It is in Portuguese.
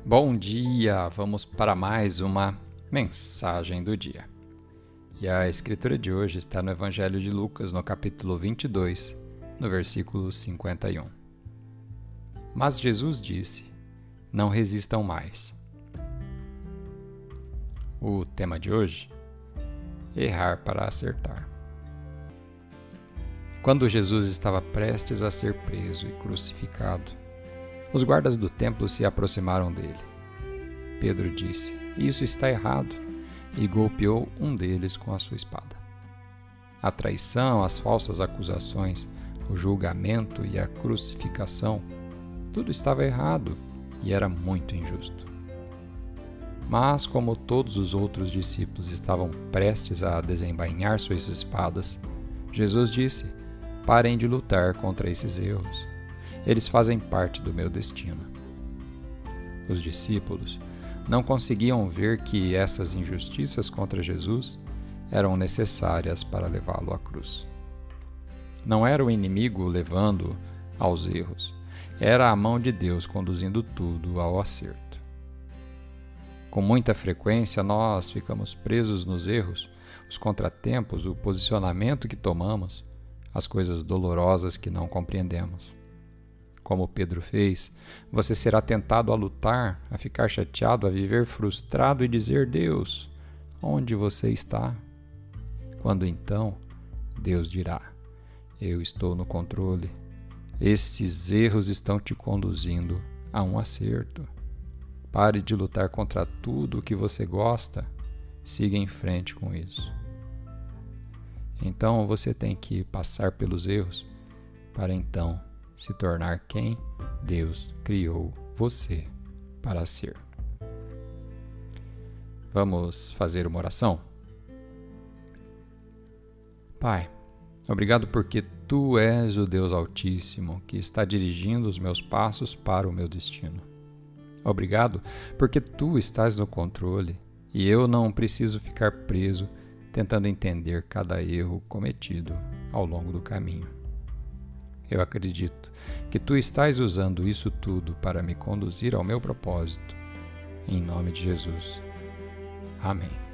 Bom dia! Vamos para mais uma mensagem do dia. E a escritura de hoje está no Evangelho de Lucas, no capítulo 22, no versículo 51. Mas Jesus disse: não resistam mais. O tema de hoje: errar para acertar. Quando Jesus estava prestes a ser preso e crucificado, os guardas do templo se aproximaram dele. Pedro disse: isso está errado, e golpeou um deles com a sua espada. A traição, as falsas acusações, o julgamento e a crucificação, tudo estava errado e era muito injusto. Mas, como todos os outros discípulos estavam prestes a desembainhar suas espadas, Jesus disse: parem de lutar contra esses erros. Eles fazem parte do meu destino. Os discípulos não conseguiam ver que essas injustiças contra Jesus eram necessárias para levá-lo à cruz. Não era o inimigo levando aos erros, era a mão de Deus conduzindo tudo ao acerto. Com muita frequência, nós ficamos presos nos erros, os contratempos, o posicionamento que tomamos, as coisas dolorosas que não compreendemos. Como Pedro fez, você será tentado a lutar, a ficar chateado, a viver frustrado e dizer: Deus, onde você está? Quando então, Deus dirá: eu estou no controle. Esses erros estão te conduzindo a um acerto. Pare de lutar contra tudo o que você gosta. Siga em frente com isso. Então você tem que passar pelos erros para então se tornar quem Deus criou você para ser. Vamos fazer uma oração? Pai, obrigado porque Tu és o Deus Altíssimo que está dirigindo os meus passos para o meu destino. Obrigado porque Tu estás no controle e eu não preciso ficar preso tentando entender cada erro cometido ao longo do caminho. Eu acredito que Tu estás usando isso tudo para me conduzir ao meu propósito. Em nome de Jesus. Amém.